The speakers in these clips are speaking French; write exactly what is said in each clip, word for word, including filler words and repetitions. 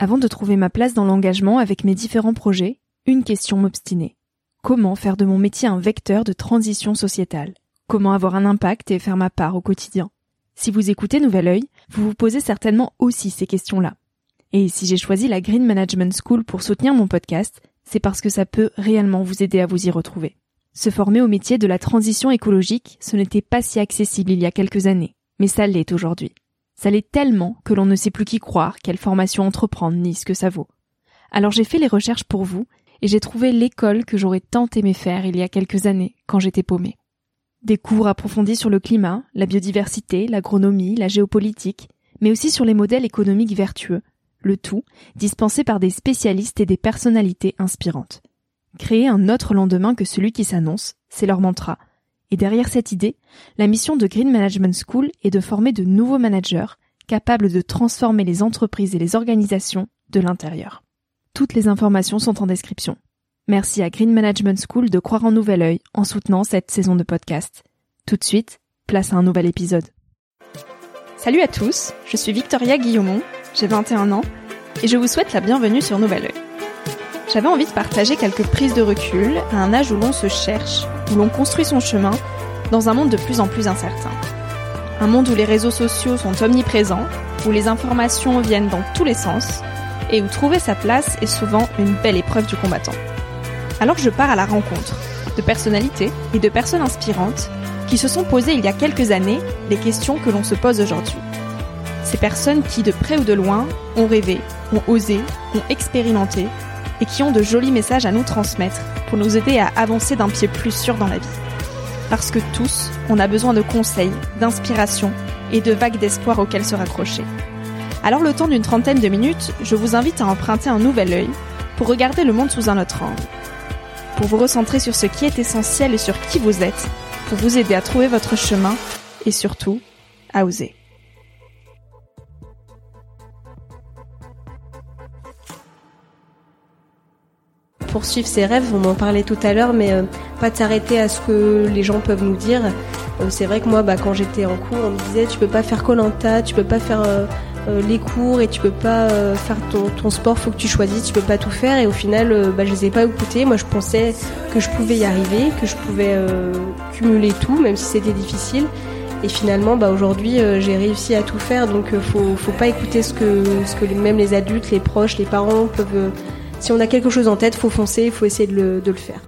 Avant de trouver ma place dans l'engagement avec mes différents projets, une question m'obstinait. Comment faire de mon métier un vecteur de transition sociétale ? Comment avoir un impact et faire ma part au quotidien ? Si vous écoutez Nouvel Œil, vous vous posez certainement aussi ces questions-là. Et si j'ai choisi la Green Management School pour soutenir mon podcast, c'est parce que ça peut réellement vous aider à vous y retrouver. Se former au métier de la transition écologique, ce n'était pas si accessible il y a quelques années, mais ça l'est aujourd'hui. Ça l'est tellement que l'on ne sait plus qui croire, quelle formation entreprendre, ni ce que ça vaut. Alors j'ai fait les recherches pour vous, et j'ai trouvé l'école que j'aurais tant aimé faire il y a quelques années, quand j'étais paumée. Des cours approfondis sur le climat, la biodiversité, l'agronomie, la géopolitique, mais aussi sur les modèles économiques vertueux, le tout dispensé par des spécialistes et des personnalités inspirantes. Créer un autre lendemain que celui qui s'annonce, c'est leur mantra. Et derrière cette idée, la mission de Green Management School est de former de nouveaux managers capables de transformer les entreprises et les organisations de l'intérieur. Toutes les informations sont en description. Merci à Green Management School de croire en Nouvel Œil en soutenant cette saison de podcast. Tout de suite, place à un nouvel épisode. Salut à tous, je suis Victoria Guillaumont, j'ai vingt et un ans et je vous souhaite la bienvenue sur Nouvel Œil. J'avais envie de partager quelques prises de recul à un âge où l'on se cherche, où l'on construit son chemin, dans un monde de plus en plus incertain. Un monde où les réseaux sociaux sont omniprésents, où les informations viennent dans tous les sens, et où trouver sa place est souvent une belle épreuve du combattant. Alors je pars à la rencontre de personnalités et de personnes inspirantes qui se sont posées il y a quelques années les questions que l'on se pose aujourd'hui. Ces personnes qui, de près ou de loin, ont rêvé, ont osé, ont expérimenté, et qui ont de jolis messages à nous transmettre pour nous aider à avancer d'un pied plus sûr dans la vie. Parce que tous, on a besoin de conseils, d'inspiration et de vagues d'espoir auxquelles se raccrocher. Alors le temps d'une trentaine de minutes, je vous invite à emprunter un nouvel œil pour regarder le monde sous un autre angle. Pour vous recentrer sur ce qui est essentiel et sur qui vous êtes, pour vous aider à trouver votre chemin et surtout, à oser. Poursuivre ses rêves, on en parlait tout à l'heure, mais euh, pas de s'arrêter à ce que les gens peuvent nous dire. Euh, c'est vrai que moi, bah, quand j'étais en cours, on me disait tu peux pas faire Koh-Lanta, tu peux pas faire euh, euh, les cours et tu peux pas euh, faire ton, ton sport, faut que tu choisisses, tu peux pas tout faire. Et au final, euh, bah, je les ai pas écoutés. Moi, je pensais que je pouvais y arriver, que je pouvais euh, cumuler tout, même si c'était difficile. Et finalement, bah, aujourd'hui, euh, j'ai réussi à tout faire. Donc, euh, faut, faut pas écouter ce que, ce que les, même les adultes, les proches, les parents peuvent. Euh, Si on a quelque chose en tête, faut foncer, il faut essayer de le, de le faire.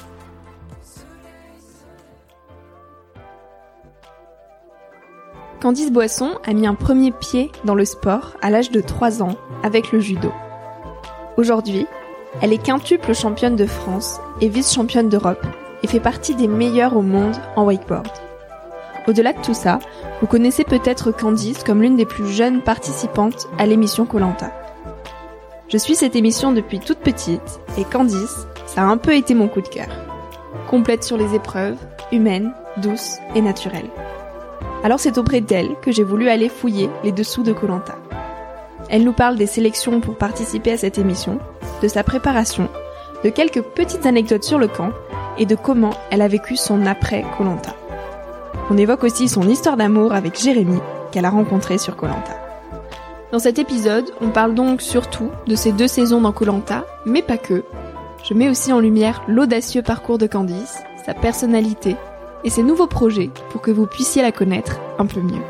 Candice Boisson a mis un premier pied dans le sport à l'âge de trois ans avec le judo. Aujourd'hui, elle est quintuple championne de France et vice-championne d'Europe et fait partie des meilleures au monde en wakeboard. Au-delà de tout ça, vous connaissez peut-être Candice comme l'une des plus jeunes participantes à l'émission Koh-Lanta. Je suis cette émission depuis toute petite et Candice, ça a un peu été mon coup de cœur. Complète sur les épreuves, humaine, douce et naturelle. Alors c'est auprès d'elle que j'ai voulu aller fouiller les dessous de Koh-Lanta. Elle nous parle des sélections pour participer à cette émission, de sa préparation, de quelques petites anecdotes sur le camp et de comment elle a vécu son après Koh-Lanta. On évoque aussi son histoire d'amour avec Jérémy qu'elle a rencontré sur Koh-Lanta. Dans cet épisode, on parle donc surtout de ces deux saisons dans Koh-Lanta, mais pas que. Je mets aussi en lumière l'audacieux parcours de Candice, sa personnalité et ses nouveaux projets pour que vous puissiez la connaître un peu mieux.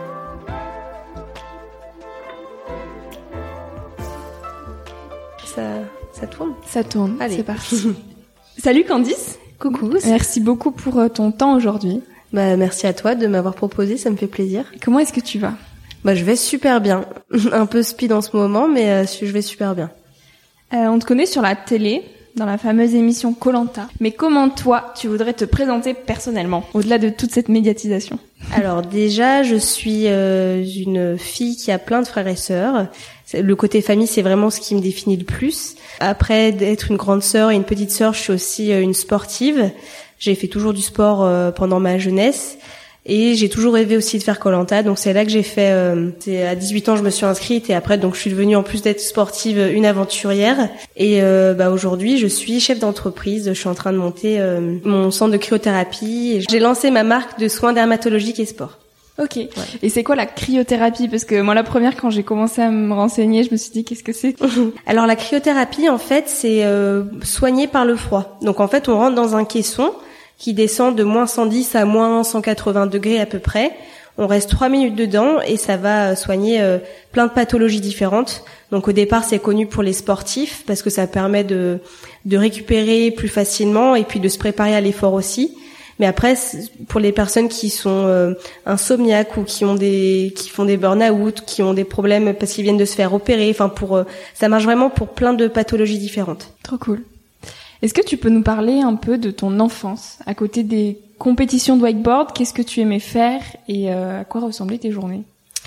Ça, ça tourne ? Ça tourne, allez. C'est parti. Salut Candice. Coucou. Merci beaucoup pour ton temps aujourd'hui. Bah, merci à toi de m'avoir proposé, ça me fait plaisir. Comment est-ce que tu vas ? Bah, je vais super bien. Un peu speed en ce moment, mais euh, je vais super bien. Euh, on te connaît sur la télé, dans la fameuse émission Koh-Lanta. Mais comment toi, tu voudrais te présenter personnellement, au-delà de toute cette médiatisation ? Alors déjà, je suis euh, une fille qui a plein de frères et sœurs. Le côté famille, c'est vraiment ce qui me définit le plus. Après d'être une grande sœur et une petite sœur, je suis aussi euh, une sportive. J'ai fait toujours du sport euh, pendant ma jeunesse. Et j'ai toujours rêvé aussi de faire Koh-Lanta, donc c'est là que j'ai fait. Euh, c'est à dix-huit ans, je me suis inscrite et après, donc je suis devenue en plus d'être sportive, une aventurière. Et euh, bah aujourd'hui, je suis chef d'entreprise. Je suis en train de monter euh, mon centre de cryothérapie. Et j'ai lancé ma marque de soins dermatologiques et sport. Ok. Ouais. Et c'est quoi la cryothérapie? Parce que moi, la première, quand j'ai commencé à me renseigner, je me suis dit, qu'est-ce que c'est? Alors, la cryothérapie, en fait, c'est euh, soigner par le froid. Donc, en fait, on rentre dans un caisson qui descend de moins cent dix à moins cent quatre-vingts degrés à peu près. On reste trois minutes dedans et ça va soigner euh, plein de pathologies différentes. Donc, au départ, c'est connu pour les sportifs parce que ça permet de, de récupérer plus facilement et puis de se préparer à l'effort aussi. Mais après, pour les personnes qui sont euh, insomniaques ou qui ont des qui font des burn-out, qui ont des problèmes parce qu'ils viennent de se faire opérer, enfin pour euh, ça marche vraiment pour plein de pathologies différentes. Trop cool. Est-ce que tu peux nous parler un peu de ton enfance à côté des compétitions de wakeboard? Qu'est-ce que tu aimais faire et euh, à quoi ressemblaient tes journées?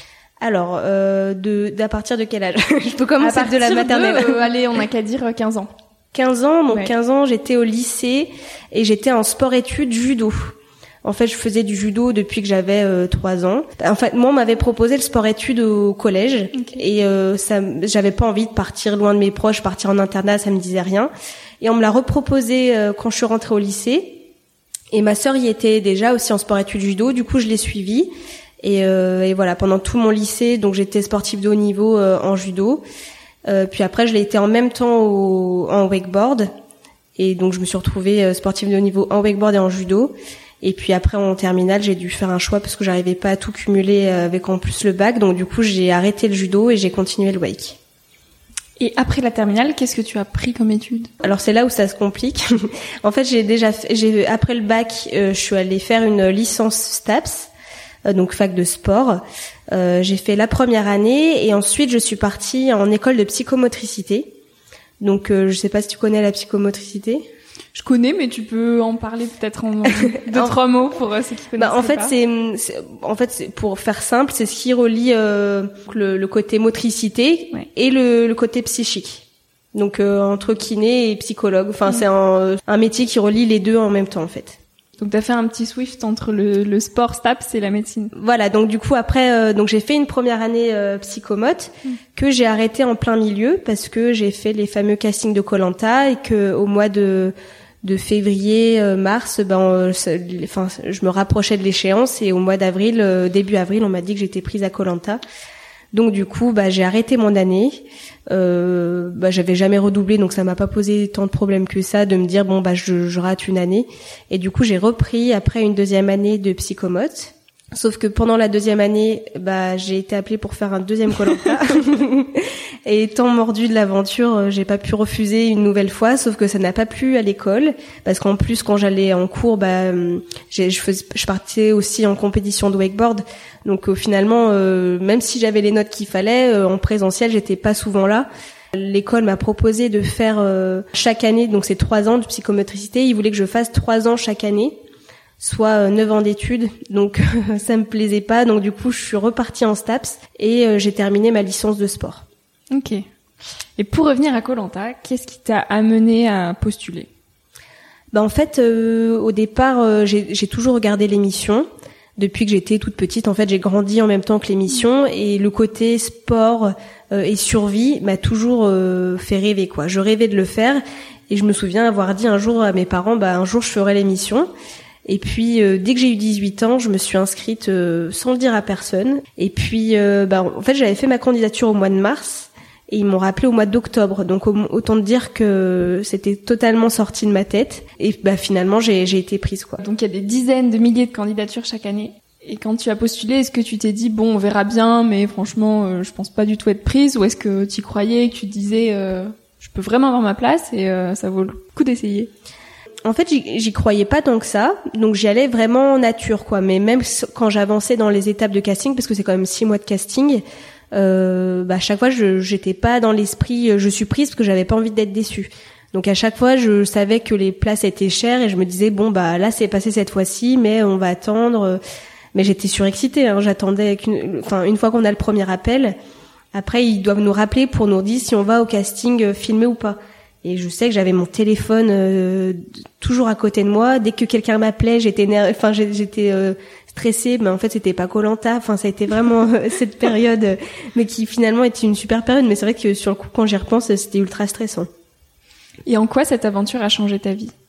Alors, euh, de d'à partir de quel âge? Je peux commencer de la maternelle. De, euh, allez, on n'a qu'à dire quinze ans. quinze ans, donc ouais. quinze ans, j'étais au lycée et j'étais en sport-études judo. En fait, je faisais du judo depuis que j'avais euh, trois ans. En fait, moi, on m'avait proposé le sport-études au collège okay. et euh, ça, j'avais pas envie de partir loin de mes proches, partir en internat, ça me disait rien. Et on me l'a reproposé euh, quand je suis rentrée au lycée. Et ma sœur y était déjà aussi en sport-études judo, du coup, je l'ai suivie. Et, euh, et voilà, pendant tout mon lycée, donc j'étais sportive de haut niveau euh, en judo. Euh, puis après, je l'ai été en même temps au, en wakeboard. Et donc, je me suis retrouvée euh, sportive de haut niveau en wakeboard et en judo. Et puis après, en terminale, j'ai dû faire un choix parce que j'arrivais pas à tout cumuler avec en plus le bac. Donc, du coup, j'ai arrêté le judo et j'ai continué le wake. Et après la terminale, qu'est-ce que tu as pris comme études? Alors, c'est là où ça se complique. En fait, j'ai déjà fait, j'ai, après le bac, euh, je suis allée faire une licence STAPS, euh, donc fac de sport. Euh, j'ai fait la première année et ensuite je suis partie en école de psychomotricité. Donc euh, je sais pas si tu connais la psychomotricité. Je connais, mais tu peux en parler peut-être en deux en... trois mots pour euh, ceux qui connaissent. Bah, en fait, pas. c'est, c'est en fait c'est, pour faire simple, c'est ce qui relie euh, le, le côté motricité ouais. et le, le côté psychique. Donc euh, entre kiné et psychologue. Enfin, mmh. c'est un, un métier qui relie les deux en même temps en fait. Donc t'as fait un petit swift entre le, le sport STAPS et la médecine. Voilà, donc du coup après, euh, donc j'ai fait une première année euh, psychomote mmh. que j'ai arrêtée en plein milieu parce que j'ai fait les fameux castings de Koh-Lanta et que au mois de de février euh, mars, ben, euh, ça, enfin je me rapprochais de l'échéance et au mois d'avril, euh, début avril, on m'a dit que j'étais prise à Koh-Lanta. Donc du coup, bah j'ai arrêté mon année. Euh, bah j'avais jamais redoublé, donc ça m'a pas posé tant de problèmes que ça de me dire bon bah je, je rate une année. Et du coup j'ai repris après une deuxième année de psychomote. Sauf que pendant la deuxième année, bah j'ai été appelée pour faire un deuxième Koh-Lanta. Et étant mordue de l'aventure, j'ai pas pu refuser une nouvelle fois. Sauf que ça n'a pas plu à l'école, parce qu'en plus quand j'allais en cours, bah j'ai, je faisais, je partais aussi en compétition de wakeboard. Donc euh, finalement, euh, même si j'avais les notes qu'il fallait, euh, en présentiel, j'étais pas souvent là. L'école m'a proposé de faire euh, chaque année, donc c'est trois ans de psychomotricité. Ils voulaient que je fasse trois ans chaque année, soit euh, neuf ans d'études. Donc ça me plaisait pas. Donc du coup, je suis repartie en STAPS et euh, j'ai terminé ma licence de sport. Ok. Et pour revenir à Koh-Lanta, qu'est-ce qui t'a amené à postuler? Bah en fait, euh, au départ, euh, j'ai, j'ai toujours regardé l'émission. Depuis que j'étais toute petite, en fait, j'ai grandi en même temps que l'émission et le côté sport euh, et survie m'a toujours euh, fait rêver, quoi. Je rêvais de le faire et je me souviens avoir dit un jour à mes parents, bah un jour je ferai l'émission. Et puis euh, dès que j'ai eu dix-huit ans, je me suis inscrite euh, sans le dire à personne. Et puis, euh, bah en fait, j'avais fait ma candidature au mois de mars. Et ils m'ont rappelé au mois d'octobre, donc autant dire que c'était totalement sorti de ma tête. Et bah finalement, j'ai, j'ai été prise, quoi. Donc il y a des dizaines de milliers de candidatures chaque année. Et quand tu as postulé, est-ce que tu t'es dit bon, on verra bien, mais franchement, euh, je pense pas du tout être prise, ou est-ce que tu y croyais, que tu disais euh, je peux vraiment avoir ma place et euh, ça vaut le coup d'essayer? En fait, j'y, j'y croyais pas tant que ça, donc j'y allais vraiment en nature, quoi. Mais même quand j'avançais dans les étapes de casting, parce que c'est quand même six mois de casting. Euh, bah à chaque fois je j'étais pas dans l'esprit je suis prise parce que j'avais pas envie d'être déçue. Donc à chaque fois je savais que les places étaient chères et je me disais bon bah là c'est passé cette fois-ci mais on va attendre. Mais j'étais surexcitée, hein. J'attendais qu'une enfin une fois qu'on a le premier appel, après ils doivent nous rappeler pour nous dire si on va au casting filmé ou pas. Et je sais que j'avais mon téléphone euh, toujours à côté de moi. Dès que quelqu'un m'appelait, j'étais ner- enfin j'étais euh, stressée, mais en fait c'était pas Koh-Lanta. Enfin ça a été vraiment euh, cette période, euh, mais qui finalement était une super période. Mais c'est vrai que sur le coup, quand j'y repense, c'était ultra stressant. Et en quoi cette aventure a changé ta vie?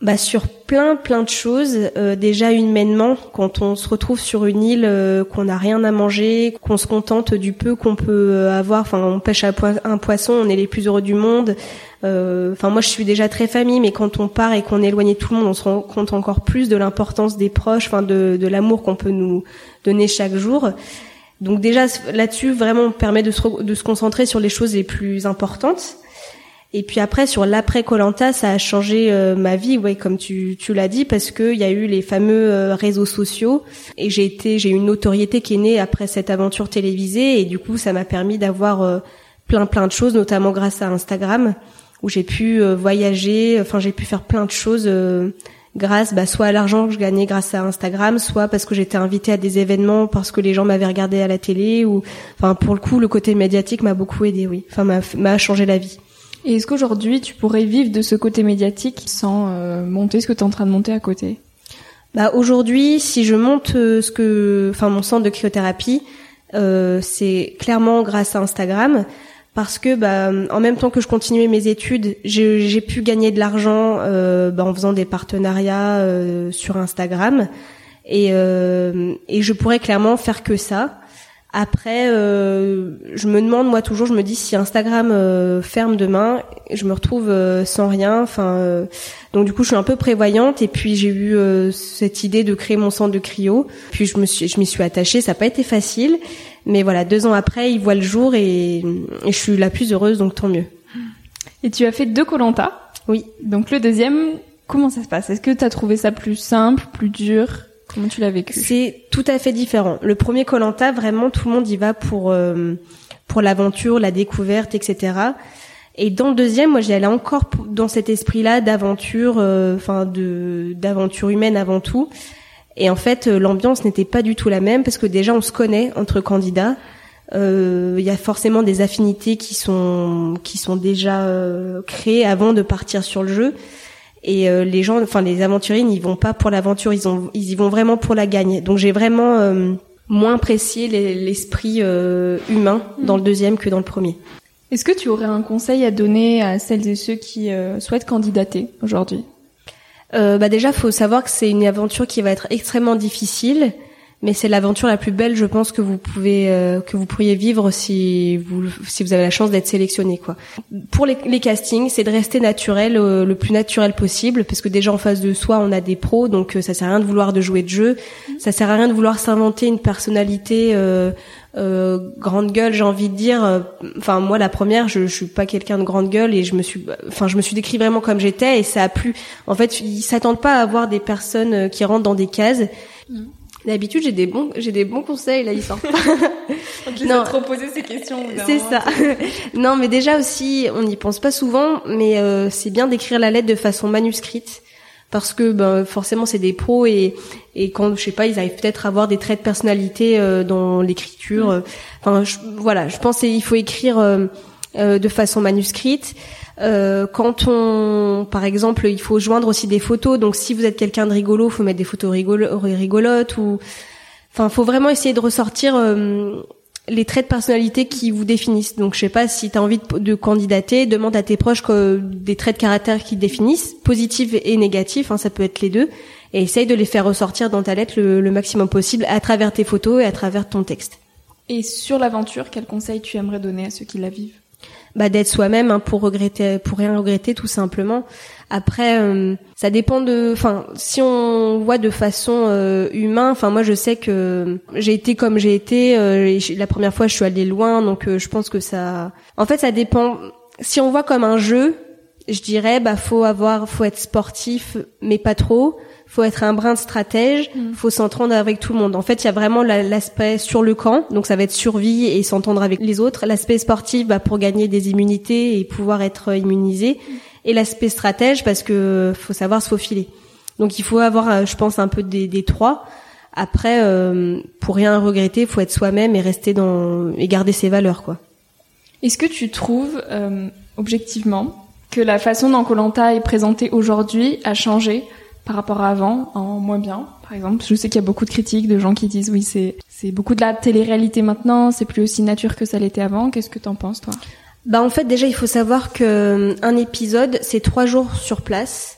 Bah sur plein plein de choses. Euh, déjà humainement, quand on se retrouve sur une île, euh, qu'on n'a rien à manger, qu'on se contente du peu qu'on peut avoir. Enfin, on pêche un poisson, on est les plus heureux du monde. Enfin, euh, moi je suis déjà très famille, mais quand on part et qu'on est éloigné de tout le monde, on se rend compte encore plus de l'importance des proches, enfin de, de l'amour qu'on peut nous donner chaque jour. Donc déjà là-dessus, vraiment, on permet de se, de se concentrer sur les choses les plus importantes. Et puis après, sur l'après Koh-Lanta, ça a changé euh, ma vie, ouais, comme tu, tu l'as dit, parce que il y a eu les fameux euh, réseaux sociaux et j'ai été, j'ai eu une notoriété qui est née après cette aventure télévisée et du coup, ça m'a permis d'avoir euh, plein plein de choses, notamment grâce à Instagram, où j'ai pu euh, voyager, enfin j'ai pu faire plein de choses euh, grâce, bah, soit à l'argent que je gagnais grâce à Instagram, soit parce que j'étais invitée à des événements, parce que les gens m'avaient regardé à la télé, ou, enfin pour le coup, le côté médiatique m'a beaucoup aidé, oui, enfin m'a, m'a changé la vie. Et est-ce qu'aujourd'hui, tu pourrais vivre de ce côté médiatique sans euh, monter ce que tu es en train de monter à côté ? Bah aujourd'hui, si je monte euh, ce que, enfin mon centre de cryothérapie, euh, c'est clairement grâce à Instagram, parce que bah en même temps que je continuais mes études, j'ai, j'ai pu gagner de l'argent euh, bah, en faisant des partenariats euh, sur Instagram, et euh, et je pourrais clairement faire que ça. Après, euh, je me demande, moi toujours, je me dis si Instagram euh, ferme demain, je me retrouve euh, sans rien. Enfin, euh, donc du coup, je suis un peu prévoyante. Et puis j'ai eu euh, cette idée de créer mon centre de cryo. Puis je me suis, je m'y suis attachée. Ça n'a pas été facile, mais voilà, deux ans après, il voit le jour et, et je suis la plus heureuse, donc tant mieux. Et tu as fait deux Koh-Lanta. Oui. Donc le deuxième, comment ça se passe ? Est-ce que tu as trouvé ça plus simple, plus dur ? Comment tu l'as vécu ? C'est tout à fait différent. Le premier Koh-Lanta, vraiment, tout le monde y va pour euh, pour l'aventure, la découverte, et cetera. Et dans le deuxième, moi, j'y allais encore dans cet esprit-là d'aventure, enfin euh, de d'aventure humaine avant tout. Et en fait, l'ambiance n'était pas du tout la même parce que déjà, on se connaît entre candidats. Il euh, y a forcément des affinités qui sont qui sont déjà euh, créées avant de partir sur le jeu. Et euh, les gens, enfin les aventuriers, ils vont pas pour l'aventure, ils ont, ils y vont vraiment pour la gagne. Donc j'ai vraiment euh, moins apprécié les, l'esprit euh, humain dans le deuxième que dans le premier. Est-ce que tu aurais un conseil à donner à celles et ceux qui euh, souhaitent candidater aujourd'hui ? euh, Bah déjà, faut savoir que c'est une aventure qui va être extrêmement difficile, mais c'est l'aventure la plus belle, je pense, que vous pouvez euh, que vous pourriez vivre si vous si vous avez la chance d'être sélectionné, quoi. Pour les, les castings, c'est de rester naturel, euh, le plus naturel possible, parce que déjà en face de soi, on a des pros, donc euh, ça sert à rien de vouloir de jouer de jeu, ça sert à rien de vouloir s'inventer une personnalité euh, euh, grande gueule, j'ai envie de dire. Enfin moi, la première, je, je suis pas quelqu'un de grande gueule et je me suis, enfin je me suis décrit vraiment comme j'étais et ça a plu. En fait, ils s'attendent pas à avoir des personnes qui rentrent dans des cases. Mmh. D'habitude, j'ai des bons, j'ai des bons conseils, là, ils sortent pas. On te laisse trop poser ces questions. C'est ça. Non, mais déjà aussi, on n'y pense pas souvent, mais euh, c'est bien d'écrire la lettre de façon manuscrite. Parce que, ben, forcément, c'est des pros et, et quand, je sais pas, ils arrivent peut-être à avoir des traits de personnalité euh, dans l'écriture. Mmh. Enfin, je, voilà, je pense qu'il faut écrire euh, euh, de façon manuscrite. Euh, quand on, par exemple, il faut joindre aussi des photos. Donc, si vous êtes quelqu'un de rigolo, faut mettre des photos rigolo, rigolotes ou, enfin, faut vraiment essayer de ressortir euh, les traits de personnalité qui vous définissent. Donc, je sais pas si t'as envie de, de candidater, demande à tes proches que, des traits de caractère qui te définissent, positifs et négatifs. Hein, ça peut être les deux. Et essaye de les faire ressortir dans ta lettre le, le maximum possible à travers tes photos et à travers ton texte. Et sur l'aventure, quel conseil tu aimerais donner à ceux qui la vivent ? Bah d'être soi-même, hein, pour regretter, pour rien regretter tout simplement. Après, euh, ça dépend de, enfin, si on voit de façon euh, humaine, enfin moi je sais que j'ai été comme j'ai été. Euh, la première fois, je suis allée loin, donc euh, je pense que ça. En fait, ça dépend. Si on voit comme un jeu, je dirais, bah faut avoir, faut être sportif, mais pas trop. Faut être un brin de stratège, mmh. faut s'entendre avec tout le monde. En fait, il y a vraiment la, l'aspect sur le camp, donc ça va être survie et s'entendre avec les autres. L'aspect sportif, bah, pour gagner des immunités et pouvoir être immunisé. Mmh. Et l'aspect stratège, parce que faut savoir se faufiler. Donc il faut avoir, je pense, un peu des, des trois. Après, euh, pour rien regretter, faut être soi-même et rester dans et garder ses valeurs, quoi. Est-ce que tu trouves, euh, objectivement, que la façon dont Koh-Lanta est présentée aujourd'hui a changé par rapport à avant, en moins bien, par exemple? Je sais qu'il y a beaucoup de critiques de gens qui disent oui, c'est c'est beaucoup de la télé-réalité maintenant, c'est plus aussi nature que ça l'était avant. Qu'est-ce que t'en penses, toi? Bah en fait déjà il faut savoir que un épisode c'est trois jours sur place,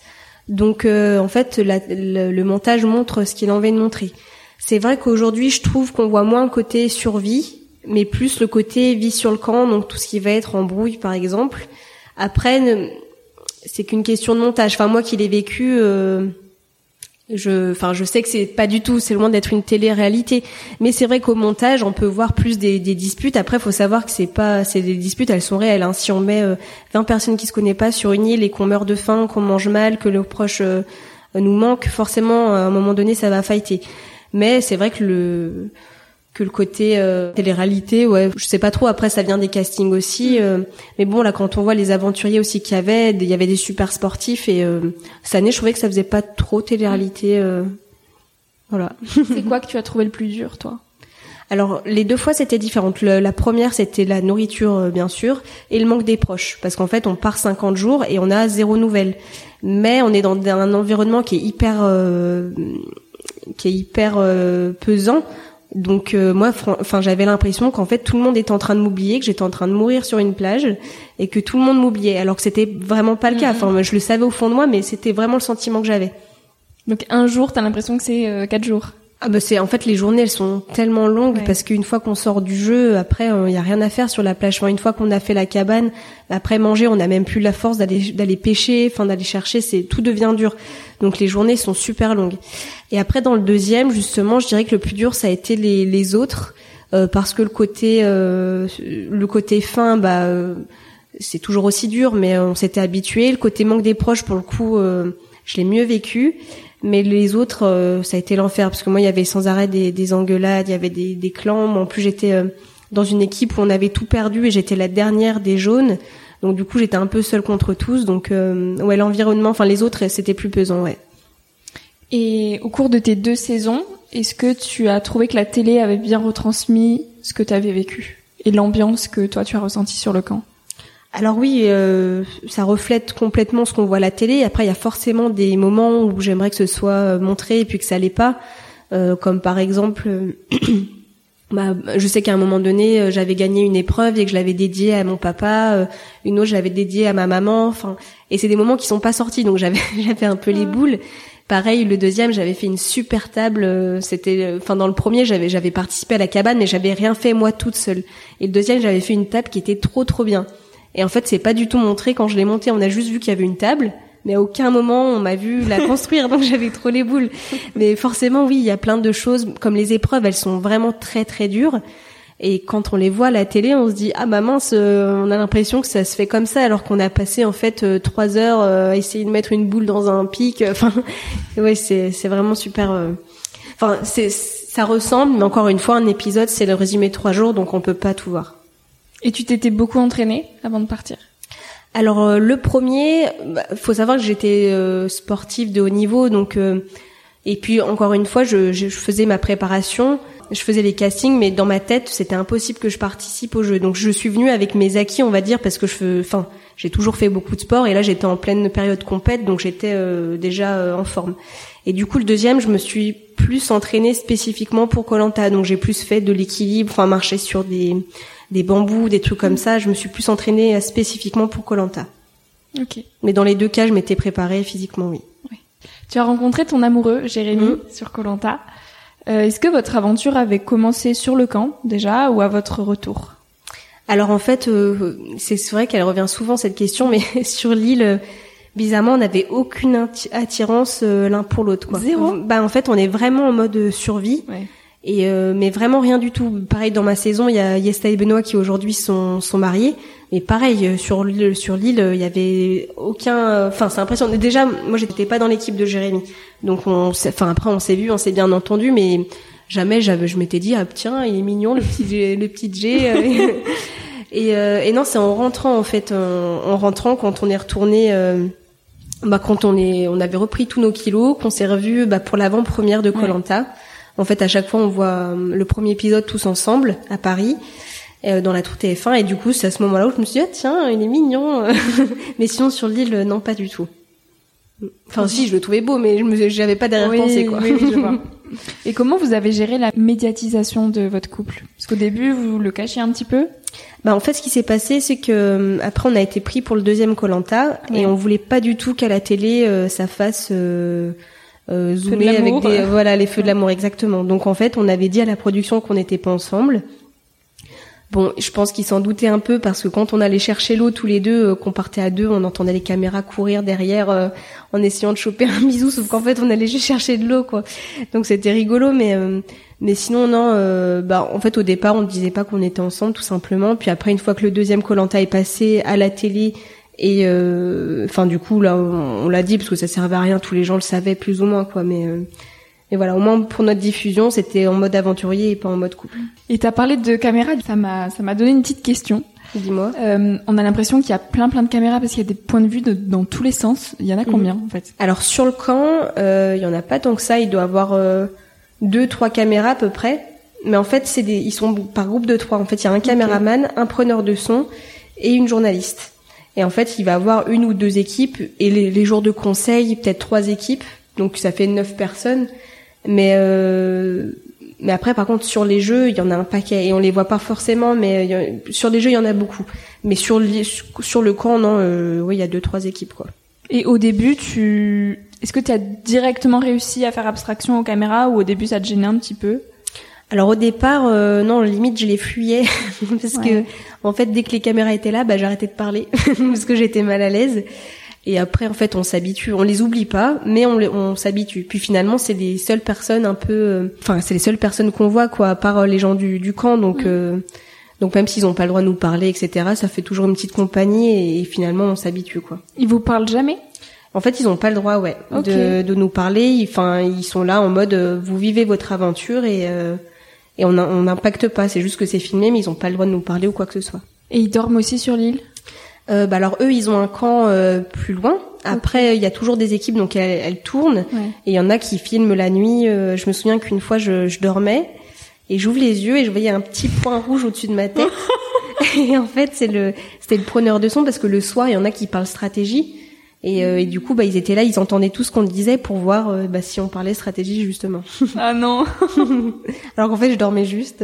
Donc euh, en fait, la, le, le montage montre ce qu'il a envie de montrer. C'est vrai qu'aujourd'hui, je trouve qu'on voit moins le côté survie, mais plus le côté vie sur le camp, donc tout ce qui va être embrouille par exemple. Après, ne, c'est qu'une question de montage. Enfin moi qui l'ai vécu, euh, je, enfin je sais que c'est pas du tout, c'est loin d'être une télé-réalité. Mais c'est vrai qu'au montage, on peut voir plus des, des disputes. Après, faut savoir que c'est pas, c'est des disputes, elles sont réelles. Hein. Si on met euh, vingt personnes qui se connaissent pas sur une île et qu'on meurt de faim, qu'on mange mal, que nos proches euh, nous manquent, forcément à un moment donné, ça va fighter. Mais c'est vrai que le que le côté euh, télé-réalité, ouais, je sais pas trop. Après, ça vient des castings aussi. Euh, mais bon, là, quand on voit les aventuriers aussi qu'il y avait, il y avait des super sportifs. Et euh, cette année, je trouvais que ça faisait pas trop télé-réalité. Euh, voilà. C'est quoi que tu as trouvé le plus dur, toi? Alors, les deux fois, c'était différent. Le, la première, c'était la nourriture, euh, bien sûr, et le manque des proches. Parce qu'en fait, on part cinquante jours et on a zéro nouvelle. Mais on est dans un environnement qui est hyper... Euh, qui est hyper euh, pesant. Donc euh, moi, enfin, j'avais l'impression qu'en fait tout le monde était en train de m'oublier, que j'étais en train de mourir sur une plage et que tout le monde m'oubliait, alors que c'était vraiment pas le cas. Enfin, je le savais au fond de moi, mais c'était vraiment le sentiment que j'avais. Donc un jour, t'as l'impression que c'est euh, quatre jours. Ah bah c'est en fait les journées elles sont tellement longues, ouais. Parce qu'une fois qu'on sort du jeu, après il euh, y a rien à faire sur la plage. Enfin, une fois qu'on a fait la cabane, après manger, on n'a même plus la force d'aller d'aller pêcher, enfin d'aller chercher, c'est tout devient dur. Donc les journées sont super longues. Et après dans le deuxième, justement, je dirais que le plus dur ça a été les les autres euh, parce que le côté euh, le côté faim bah euh, c'est toujours aussi dur, mais on s'était habitué. Le côté manque des proches, pour le coup, euh, je l'ai mieux vécu. Mais les autres, euh, ça a été l'enfer, parce que moi, il y avait sans arrêt des, des engueulades, il y avait des, des clans. Moi, en plus, j'étais euh, dans une équipe où on avait tout perdu et j'étais la dernière des jaunes. Donc, du coup, j'étais un peu seule contre tous. Donc, euh, ouais, l'environnement, enfin, les autres, c'était plus pesant, ouais. Et au cours de tes deux saisons, est-ce que tu as trouvé que la télé avait bien retransmis ce que tu avais vécu et l'ambiance que toi, tu as ressentie sur le camp? Alors oui, euh, ça reflète complètement ce qu'on voit à la télé. Après, il y a forcément des moments où j'aimerais que ce soit montré et puis que ça l'est pas. Euh, comme par exemple, euh, bah, je sais qu'à un moment donné, j'avais gagné une épreuve et que je l'avais dédiée à mon papa. Euh, une autre, je l'avais dédiée à ma maman. Enfin, et c'est des moments qui sont pas sortis, donc j'avais j'avais un peu les boules. Pareil, le deuxième, j'avais fait une super table. C'était, enfin, dans le premier, j'avais j'avais participé à la cabane, mais j'avais rien fait moi toute seule. Et le deuxième, j'avais fait une table qui était trop trop bien. Et en fait, c'est pas du tout montré quand je l'ai montée. On a juste vu qu'il y avait une table, mais à aucun moment on m'a vu la construire, donc j'avais trop les boules. Mais forcément, oui, il y a plein de choses, comme les épreuves, elles sont vraiment très très dures. Et quand on les voit à la télé, on se dit ah bah mince, euh, on a l'impression que ça se fait comme ça, alors qu'on a passé en fait euh, trois heures euh, à essayer de mettre une boule dans un pic. Enfin, ouais, c'est c'est vraiment super. Euh... Enfin, c'est ça ressemble, mais encore une fois, un épisode, c'est le résumé de trois jours, donc on peut pas tout voir. Et tu t'étais beaucoup entraînée avant de partir? Alors euh, le premier, bah, faut savoir que j'étais euh, sportive de haut niveau, donc euh, et puis encore une fois, je, je faisais ma préparation, je faisais les castings, mais dans ma tête, c'était impossible que je participe au jeu. Donc je suis venue avec mes acquis, on va dire, parce que je, enfin, j'ai toujours fait beaucoup de sport et là j'étais en pleine période compète, donc j'étais euh, déjà euh, en forme. Et du coup le deuxième, je me suis plus entraînée spécifiquement pour Koh-Lanta, donc j'ai plus fait de l'équilibre, enfin marcher sur des des bambous, des trucs comme ça. Je me suis plus entraînée spécifiquement pour Koh-Lanta. Ok. Mais dans les deux cas, je m'étais préparée physiquement, oui. Oui. Tu as rencontré ton amoureux, Jérémy, mmh. sur Koh-Lanta. Euh, est-ce que votre aventure avait commencé sur le camp, déjà, ou à votre retour? Alors, en fait, euh, c'est vrai qu'elle revient souvent, cette question, mais sur l'île, euh, bizarrement, on n'avait aucune attirance euh, l'un pour l'autre, quoi. Zéro? Bah, en fait, on est vraiment en mode survie. Ouais. Et euh, mais vraiment rien du tout. Pareil, dans ma saison, il y a Yesta et Benoît qui aujourd'hui sont sont mariés. Mais pareil, sur l'île, sur l'île, il y avait aucun. Enfin, c'est impressionnant. Déjà, moi, j'étais pas dans l'équipe de Jérémy. Donc, on, enfin après, on s'est vu, on s'est bien entendu, mais jamais j'avais, je m'étais dit, ah tiens, il est mignon le petit, le petit J. et, euh, et non, c'est en rentrant en fait, en, en rentrant quand on est retourné. Euh, bah quand on est, on avait repris tous nos kilos, qu'on s'est revus bah, pour l'avant-première de Koh-Lanta. Ouais. En fait, à chaque fois, on voit le premier épisode tous ensemble à Paris, euh, dans la tour T F un, et du coup, c'est à ce moment-là où je me suis dit, ah, tiens, il est mignon. Mais sinon, sur l'île, non, pas du tout. Enfin, si, je le trouvais beau, mais je me, j'avais pas derrière-pensée, oui, quoi. Oui, oui, je vois. Et comment vous avez géré la médiatisation de votre couple? Parce qu'au début, vous le cachiez un petit peu. Bah en fait, ce qui s'est passé, c'est que après, on a été pris pour le deuxième Koh-Lanta ouais. et on voulait pas du tout qu'à la télé, euh, ça fasse euh, euh, zoomer avec des voilà les feux de l'amour exactement. Donc en fait, on avait dit à la production qu'on n'était pas ensemble. Bon, je pense qu'ils s'en doutaient un peu parce que quand on allait chercher l'eau tous les deux, euh, qu'on partait à deux, on entendait les caméras courir derrière euh, en essayant de choper un bisou, sauf qu'en fait on allait juste chercher de l'eau, quoi. Donc c'était rigolo, mais euh, mais sinon non. Euh, bah en fait au départ on ne disait pas qu'on était ensemble tout simplement. Puis après une fois que le deuxième Koh-Lanta est passé à la télé et enfin euh, du coup là on, on l'a dit parce que ça servait à rien, tous les gens le savaient plus ou moins, quoi. Mais euh, Et voilà, au moins pour notre diffusion, c'était en mode aventurier et pas en mode couple. Et t'as parlé de caméras, ça m'a ça m'a donné une petite question. Dis-moi. Euh, on a l'impression qu'il y a plein plein de caméras parce qu'il y a des points de vue de, dans tous les sens. Il y en a combien mmh. en fait? Alors sur le camp, euh, il y en a pas tant que ça. Il doit y avoir euh, deux, trois caméras à peu près. Mais en fait, c'est des, ils sont par groupe de trois. En fait, il y a un caméraman, okay. un preneur de son et une journaliste. Et en fait, il va avoir une ou deux équipes et les, les jours de conseil, peut-être trois équipes. Donc ça fait neuf personnes. Mais euh, mais après par contre sur les jeux il y en a un paquet et on les voit pas forcément, mais a, sur les jeux il y en a beaucoup, mais sur le sur le camp non euh, oui il y a deux trois équipes, quoi. Et au début tu est-ce que tu as directement réussi à faire abstraction aux caméras ou au début ça te gênait un petit peu? Alors au départ euh, non, limite je les fuyais parce ouais. que en fait dès que les caméras étaient là bah j'arrêtais de parler parce que j'étais mal à l'aise. Et après, en fait, on s'habitue. On les oublie pas, mais on, on s'habitue. Puis finalement, c'est les seules personnes un peu... Enfin, euh, c'est les seules personnes qu'on voit, quoi, à part euh, les gens du, du camp. Donc, mmh. euh, donc même s'ils ont pas le droit de nous parler, et cetera, ça fait toujours une petite compagnie et, et finalement, on s'habitue, quoi. Ils vous parlent jamais? En fait, ils ont pas le droit, ouais, okay. de, de nous parler. Enfin, ils, ils sont là en mode, euh, vous vivez votre aventure et, euh, et on on n'impacte pas. C'est juste que c'est filmé, mais ils ont pas le droit de nous parler ou quoi que ce soit. Et ils dorment aussi sur l'île? Euh, bah alors eux ils ont un camp euh, plus loin. Après il okay. y a toujours des équipes donc elles, elles tournent ouais. et il y en a qui filment la nuit. Euh, je me souviens qu'une fois je, je dormais et j'ouvre les yeux et je voyais un petit point rouge au-dessus de ma tête. Et en fait c'est le c'était le preneur de son parce que le soir il y en a qui parlent stratégie et, euh, et du coup bah ils étaient là, ils entendaient tout ce qu'on disait pour voir euh, bah si on parlait stratégie justement. Ah non. Alors qu'en fait je dormais juste.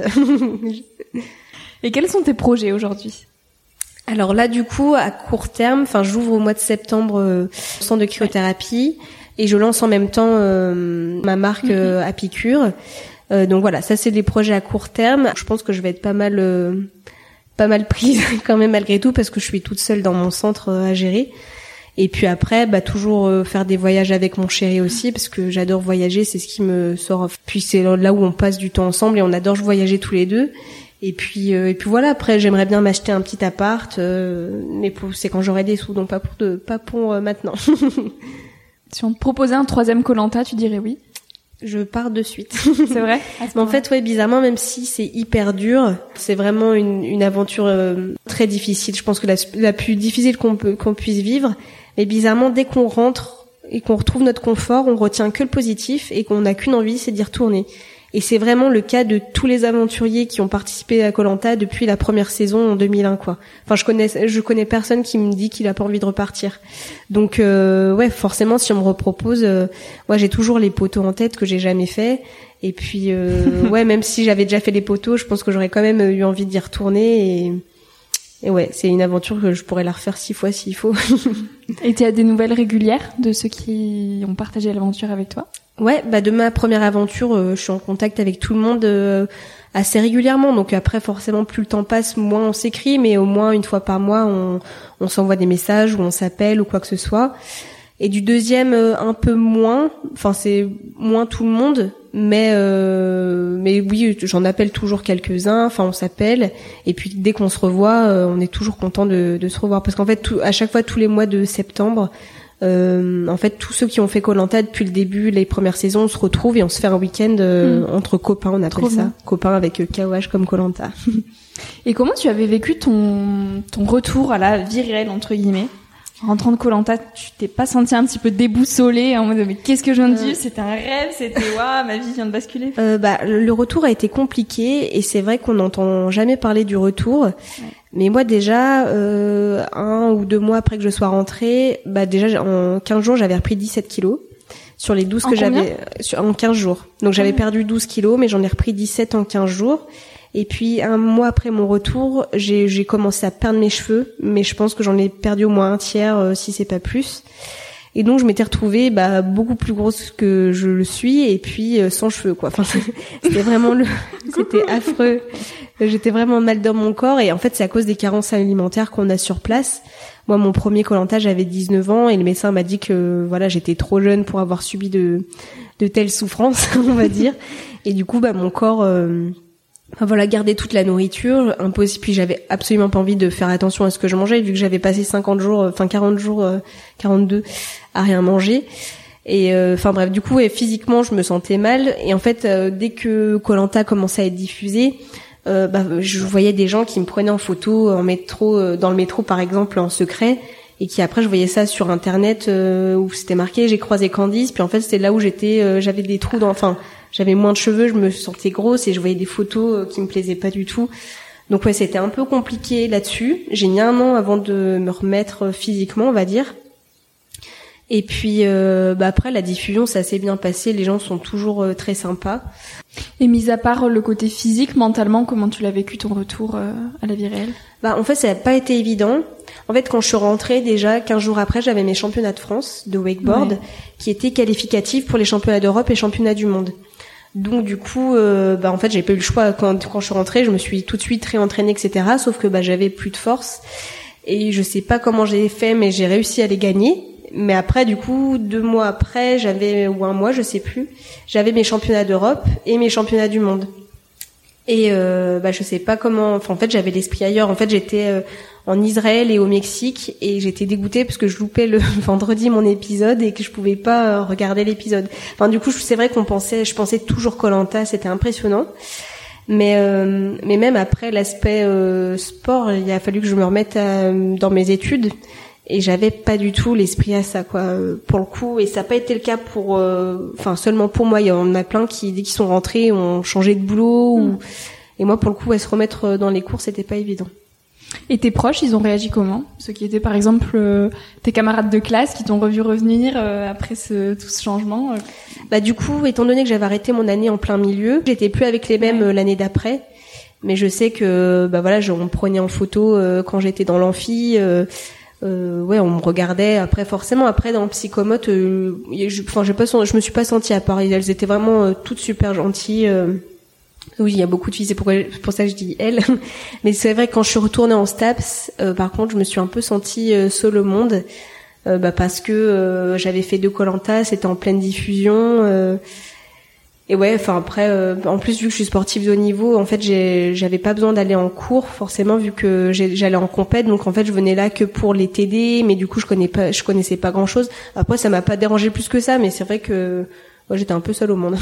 Et quels sont tes projets aujourd'hui? Alors là, du coup, à court terme, enfin, j'ouvre au mois de septembre euh, le centre de cryothérapie et je lance en même temps euh, ma marque euh, Apicure. Euh, donc voilà, ça c'est des projets à court terme. Je pense que je vais être pas mal, euh, pas mal prise quand même malgré tout parce que je suis toute seule dans mon centre euh, à gérer. Et puis après, bah toujours euh, faire des voyages avec mon chéri aussi parce que j'adore voyager, c'est ce qui me sort. Puis c'est là où on passe du temps ensemble et on adore voyager tous les deux. Et puis euh, et puis voilà, après j'aimerais bien m'acheter un petit appart euh, mais pour, c'est quand j'aurai des sous, donc pas pour de pas pour euh, maintenant. Si on te proposait un troisième Koh-Lanta, tu dirais oui? Je pars de suite. C'est vrai? Mais en fait ouais, bizarrement, même si c'est hyper dur, c'est vraiment une une aventure euh, très difficile. Je pense que la la plus difficile qu'on peut qu'on puisse vivre. Mais bizarrement, dès qu'on rentre et qu'on retrouve notre confort, on retient que le positif et qu'on n'a qu'une envie, c'est d'y retourner. Et c'est vraiment le cas de tous les aventuriers qui ont participé à Koh-Lanta depuis la première saison en deux mille un, quoi. Enfin, je connais, je connais personne qui me dit qu'il a pas envie de repartir. Donc, euh, ouais, forcément, si on me repropose, euh, moi, j'ai toujours les poteaux en tête que j'ai jamais fait. Et puis, euh, ouais, même si j'avais déjà fait les poteaux, je pense que j'aurais quand même eu envie d'y retourner. Et, et ouais, c'est une aventure que je pourrais la refaire six fois s'il faut. Et tu as des nouvelles régulières de ceux qui ont partagé l'aventure avec toi? Ouais, bah de ma première aventure, euh, je suis en contact avec tout le monde euh, assez régulièrement. Donc après, forcément, plus le temps passe, moins on s'écrit, mais au moins une fois par mois, on, on s'envoie des messages ou on s'appelle ou quoi que ce soit. Et du deuxième, euh, un peu moins. Enfin, c'est moins tout le monde, mais euh, mais oui, j'en appelle toujours quelques-uns. Enfin, on s'appelle. Et puis dès qu'on se revoit, euh, on est toujours content de, de se revoir parce qu'en fait, tout, à chaque fois, tous les mois de septembre. Euh, en fait, tous ceux qui ont fait Koh-Lanta depuis le début, les premières saisons, on se retrouve et on se fait un week-end euh, mmh. entre copains, on appelle Trop ça, bien. Copains avec euh, K O H comme Koh-Lanta. Et comment tu avais vécu ton ton retour à la vie réelle entre guillemets? En rentrant de Koh-Lanta, tu t'es pas senti un petit peu déboussolée en mode mais qu'est-ce que je viens de vivre? C'était un rêve, c'était waouh, ma vie vient de basculer. Euh, bah le retour a été compliqué et c'est vrai qu'on n'entend jamais parler du retour. Ouais. Mais moi déjà euh, un ou deux mois après que je sois rentrée, bah déjà en quinze jours j'avais repris dix-sept kilos sur les douze en que combien j'avais sur, en quinze jours. Donc j'avais mmh. perdu douze kilos, mais j'en ai repris dix-sept en quinze jours. Et puis un mois après mon retour, j'ai, j'ai commencé à perdre mes cheveux, mais je pense que j'en ai perdu au moins un tiers, euh, si c'est pas plus. Et donc je m'étais retrouvée bah, beaucoup plus grosse que je le suis, et puis euh, sans cheveux quoi. Enfin c'était vraiment le, c'était affreux. J'étais vraiment mal dans mon corps, et en fait c'est à cause des carences alimentaires qu'on a sur place. Moi mon premier Koh-Lanta j'avais dix-neuf ans, et le médecin m'a dit que voilà j'étais trop jeune pour avoir subi de de telles souffrances, on va dire. Et du coup bah mon corps euh, Enfin voilà, garder toute la nourriture, impossible. Puis j'avais absolument pas envie de faire attention à ce que je mangeais, vu que j'avais passé cinquante jours, enfin quarante jours, euh, quarante-deux à rien manger. Et enfin euh, bref, du coup, et physiquement, je me sentais mal. Et en fait, euh, dès que Koh-Lanta commençait à être diffusé, euh, bah, je voyais des gens qui me prenaient en photo en métro, euh, dans le métro par exemple, en secret, et qui après je voyais ça sur internet euh, où c'était marqué j'ai croisé Candice. Puis en fait, c'était là où j'étais, euh, j'avais des trous dans, enfin. J'avais moins de cheveux, je me sentais grosse, et je voyais des photos qui me plaisaient pas du tout. Donc ouais, c'était un peu compliqué là-dessus. J'ai mis un an avant de me remettre physiquement, on va dire. Et puis euh, bah après la diffusion, ça s'est bien passé, les gens sont toujours euh, très sympas. Et mis à part le côté physique, mentalement, comment tu l'as vécu ton retour euh, à la vie réelle ? Bah en fait, ça n'a pas été évident. En fait, quand je suis rentrée, déjà quinze jours après, j'avais mes championnats de France de wakeboard, ouais, qui étaient qualificatifs pour les championnats d'Europe et championnats du monde. Donc du coup, euh, bah en fait, j'ai pas eu le choix. Quand quand je suis rentrée, je me suis tout de suite réentraînée, et cetera. Sauf que bah j'avais plus de force, et je sais pas comment j'ai fait, mais j'ai réussi à les gagner. Mais après, du coup, deux mois après, j'avais ou un mois, je sais plus, j'avais mes championnats d'Europe et mes championnats du monde. Et euh, bah je sais pas comment. Enfin, en fait, j'avais l'esprit ailleurs. En fait, j'étais euh, en Israël et au Mexique, et j'étais dégoûtée parce que je loupais le vendredi mon épisode et que je pouvais pas euh, regarder l'épisode. Enfin, du coup, c'est vrai qu'on pensait, je pensais toujours Koh-Lanta, c'était impressionnant. Mais euh, mais même après l'aspect euh, sport, il a fallu que je me remette à, dans mes études. Et j'avais pas du tout l'esprit à ça, quoi, pour le coup. Et ça n'a pas été le cas pour, euh, enfin, seulement pour moi. Il y en a plein qui, dès qu'ils sont rentrés, ont changé de boulot. Mmh. Ou... Et moi, pour le coup, à se remettre dans les cours, c'était pas évident. Et tes proches, ils ont réagi comment ? Ceux qui étaient, par exemple, euh, tes camarades de classe qui t'ont revu revenir euh, après ce, tout ce changement euh... Bah, du coup, étant donné que j'avais arrêté mon année en plein milieu, j'étais plus avec les mêmes euh, l'année d'après. Mais je sais que, bah voilà, on me prenait en photo euh, quand j'étais dans l'amphi. Euh, Euh, ouais, on me regardait. Après, forcément, après dans le psychomote, euh, je, enfin, j'ai pas, je me suis pas sentie à part. Elles étaient vraiment euh, toutes super gentilles. Euh, oui, il y a beaucoup de filles, c'est pourquoi, pour ça que je dis elles. Mais c'est vrai que quand je suis retournée en STAPS, euh, par contre, je me suis un peu sentie euh, seule au monde, euh, bah parce que euh, j'avais fait deux Koh-Lanta, c'était en pleine diffusion. Euh, Et ouais, enfin après, euh, en plus vu que je suis sportive de haut niveau, en fait, j'ai, j'avais pas besoin d'aller en cours forcément vu que j'ai, j'allais en compète, donc en fait, je venais là que pour les T D, mais du coup, je connais pas, je connaissais pas grand chose. Après, ça m'a pas dérangé plus que ça, mais c'est vrai que moi, j'étais un peu seule au monde.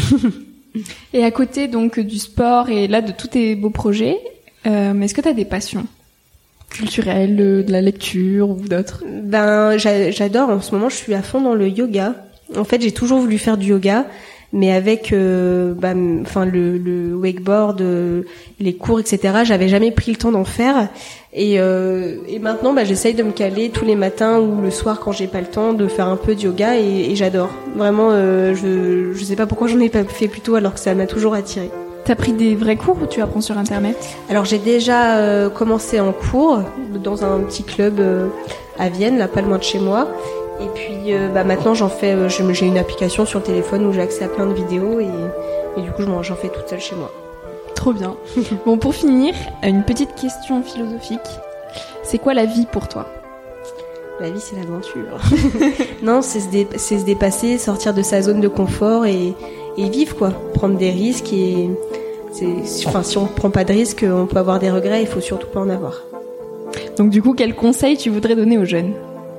Et à côté donc du sport et là de tous tes beaux projets, euh, est-ce que t'as des passions culturelles, de la lecture ou d'autres ? Ben, j'a, j'adore. En ce moment, je suis à fond dans le yoga. En fait, j'ai toujours voulu faire du yoga. Mais avec, euh, bah, enfin le, le wakeboard, euh, les cours, et cetera. J'avais jamais pris le temps d'en faire. Et, euh, et maintenant, bah, j'essaye de me caler tous les matins ou le soir quand j'ai pas le temps de faire un peu de yoga, et, et j'adore. Vraiment, euh, je, je sais pas pourquoi j'en ai pas fait plus tôt alors que ça m'a toujours attirée. T'as pris des vrais cours ou tu apprends sur internet ? Alors j'ai déjà euh, commencé en cours dans un petit club euh, à Vienne, là pas loin de chez moi. Et puis euh, bah maintenant j'en fais, euh, j'ai une application sur le téléphone où j'ai accès à plein de vidéos, et, et du coup j'en fais toute seule chez moi. Trop bien. Bon, pour finir, une petite question philosophique. C'est quoi la vie pour toi ? La vie, c'est l'aventure. Non, c'est se, dé, c'est se dépasser, sortir de sa zone de confort et, et vivre, quoi. Prendre des risques, et c'est, enfin, si on prend pas de risques, on peut avoir des regrets, il faut surtout pas en avoir. Donc du coup, quel conseil tu voudrais donner aux jeunes ?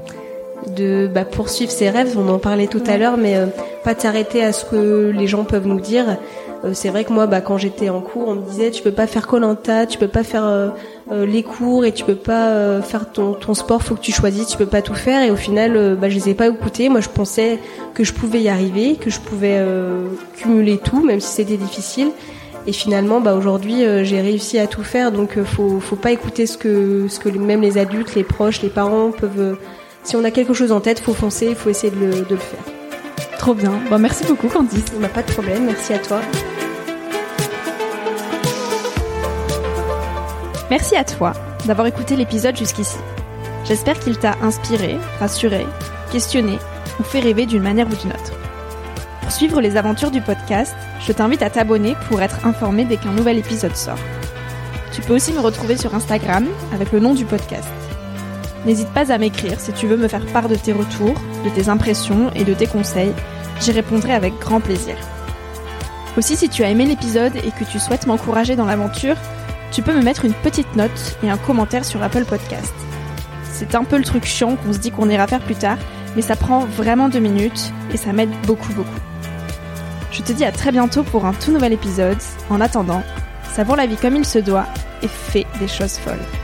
De bah, poursuivre ses rêves, on en parlait tout à l'heure, mais euh, pas de s'arrêter à ce que les gens peuvent nous dire. Euh, c'est vrai que moi, bah, quand j'étais en cours, on me disait tu peux pas faire Koh-Lanta, tu peux pas faire euh, euh, les cours, et tu peux pas euh, faire ton, ton sport, faut que tu choisisses, tu peux pas tout faire. Et au final, euh, bah, je les ai pas écoutés. Moi, je pensais que je pouvais y arriver, que je pouvais euh, cumuler tout, même si c'était difficile. Et finalement, bah, aujourd'hui, euh, j'ai réussi à tout faire. Donc, euh, faut, faut pas écouter ce que, ce que même les adultes, les proches, les parents peuvent. Euh, Si on a quelque chose en tête, faut foncer, il faut essayer de le, de le faire. Trop bien. Bon, merci beaucoup Candice. Bah, pas de problème, merci à toi. Merci à toi d'avoir écouté l'épisode jusqu'ici. J'espère qu'il t'a inspiré, rassuré, questionné ou fait rêver d'une manière ou d'une autre. Pour suivre les aventures du podcast, je t'invite à t'abonner pour être informé dès qu'un nouvel épisode sort. Tu peux aussi me retrouver sur Instagram avec le nom du podcast. N'hésite pas à m'écrire si tu veux me faire part de tes retours, de tes impressions et de tes conseils. J'y répondrai avec grand plaisir. Aussi, si tu as aimé l'épisode et que tu souhaites m'encourager dans l'aventure, tu peux me mettre une petite note et un commentaire sur Apple Podcast. C'est un peu le truc chiant qu'on se dit qu'on ira faire plus tard, mais ça prend vraiment deux minutes et ça m'aide beaucoup beaucoup. Je te dis à très bientôt pour un tout nouvel épisode. En attendant, savoure la vie comme il se doit et fais des choses folles.